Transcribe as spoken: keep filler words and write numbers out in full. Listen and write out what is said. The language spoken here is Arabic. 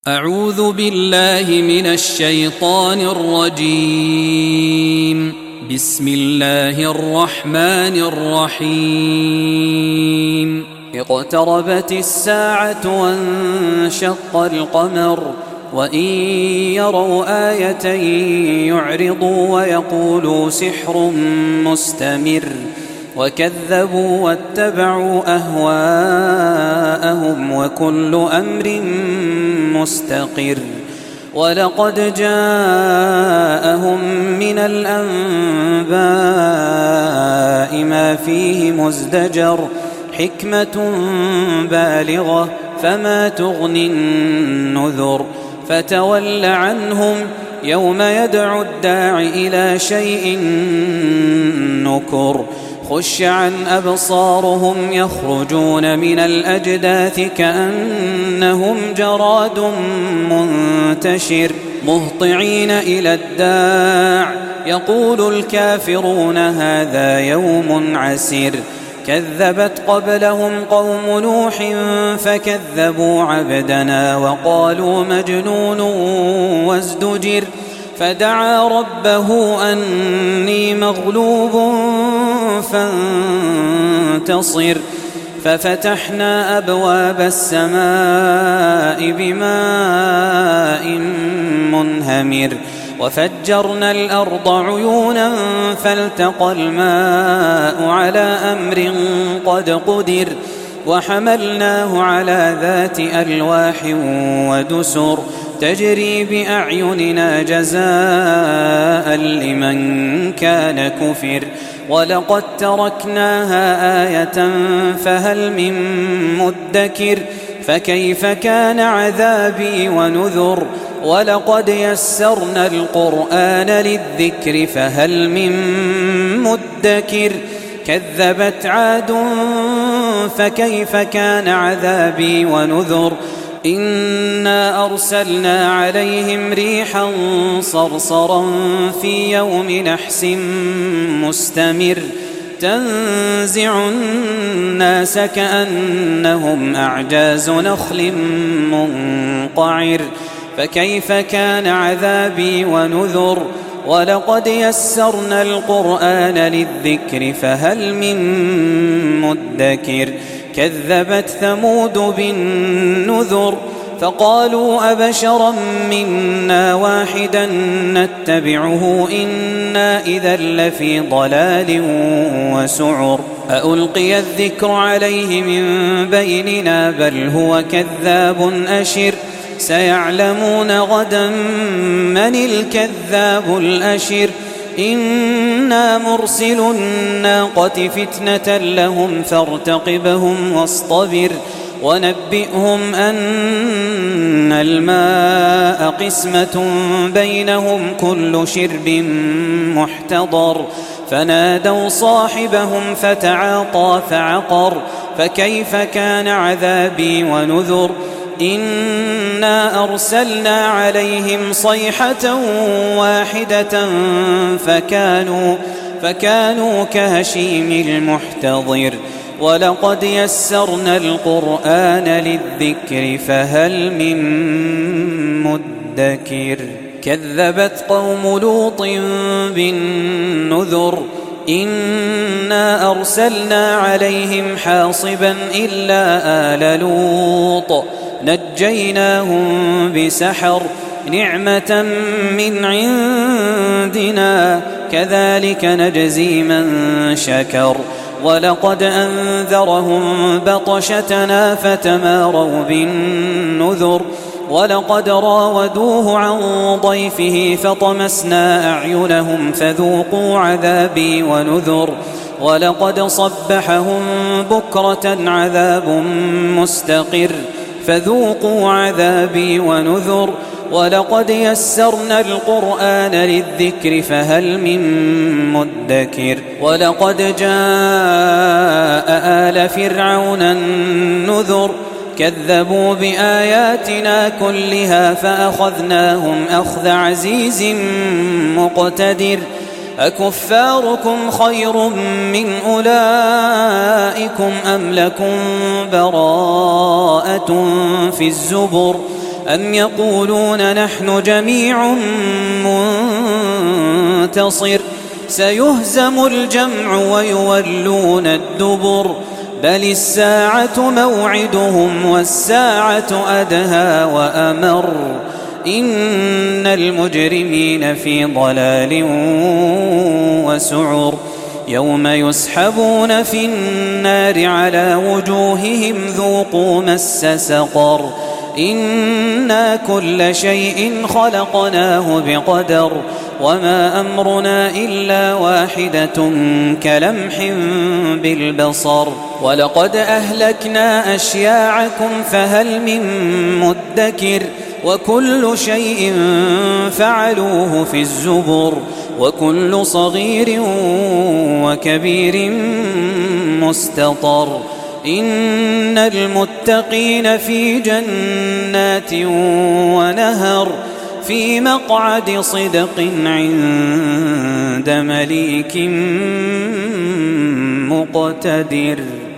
أعوذ بالله من الشيطان الرجيم. بسم الله الرحمن الرحيم. اقتربت الساعة وانشق القمر وإن يروا آية يعرضوا ويقولوا سحر مستمر وكذبوا واتبعوا أهواءهم وكل أمر مستقر. ولقد جاءهم من الأنباء ما فيه مزدجر حكمة بالغة فما تغني النذر. فتول عنهم يوم يدعو الداع إلى شيء نكر. خش عن أبصارهم يخرجون من الأجداث كأنهم جراد منتشر مهطعين إلى الداع يقول الكافرون هذا يوم عسير. كذبت قبلهم قوم نوح فكذبوا عبدنا وقالوا مجنون وازدجر. فدعا ربه أني مغلوب فانتصر. ففتحنا أبواب السماء بماء منهمر وفجرنا الأرض عيونا فالتقى الماء على أمر قد قدر. وحملناه على ذات ألواح ودسر تجري بأعيننا جزاء لمن كان كفر. ولقد تركناها آية فهل من مدكر. فكيف كان عذابي ونذر. ولقد يسرنا القرآن للذكر فهل من مدكر. كذبت عاد فكيف كان عذابي ونذر. إنا أرسلنا عليهم ريحا صرصرا في يوم نحس مستمر تنزع الناس كأنهم أعجاز نخل منقعر. فكيف كان عذابي ونذر. ولقد يسرنا القرآن للذكر فهل من مدكر. كذبت ثمود بالنذر فقالوا أبشرا منا واحدا نتبعه إنا إذا لفي ضلال وسعر. أألقي الذكر عليه من بيننا بل هو كذاب أشر. سيعلمون غدا من الكذاب الأشر. إنا مرسل الناقة فتنة لهم فارتقبهم واصطبر. ونبئهم أن الماء قسمة بينهم كل شرب محتضر. فنادوا صاحبهم فتعاطى فعقر. فكيف كان عذابي ونذر. إنا أرسلنا عليهم صيحة واحدة فكانوا, فكانوا كهشيم المحتضر. ولقد يسرنا القرآن للذكر فهل من مدكر. كذبت قوم لوط بالنذر. إنا أرسلنا عليهم حاصبا إلا آل لوط نجيناهم بسحر نعمة من عندنا كذلك نجزي من شكر. ولقد أنذرهم بطشتنا فتماروا بالنذر. ولقد راودوه عن ضيفه فطمسنا أعينهم فذوقوا عذابي ونذر. ولقد صبحهم بكرة عذاب مستقر فذوقوا عذابي ونذر. ولقد يسرنا القرآن للذكر فهل من مدكر. ولقد جاء آل فرعون النذر كذبوا بآياتنا كلها فأخذناهم أخذ عزيز مقتدر. أكفاركم خير من أولئكم أم لكم براءة في الزبر أم يقولون نحن جميع منتصر سيهزم الجمع ويولون الدبر بل الساعة موعدهم والساعة أدهى وأمر إن المجرمين في ضلال وسعر يوم يسحبون في النار على وجوههم ذوقوا مس سقر إنا كل شيء خلقناه بقدر وما أمرنا إلا واحدة كلمح بالبصر ولقد أهلكنا أشياعكم فهل من مدكر وكل شيء فعلوه في الزبر وكل صغير وكبير مستطر إن المتقين في جنات ونهر في مقعد صدق عند مليك مقتدر.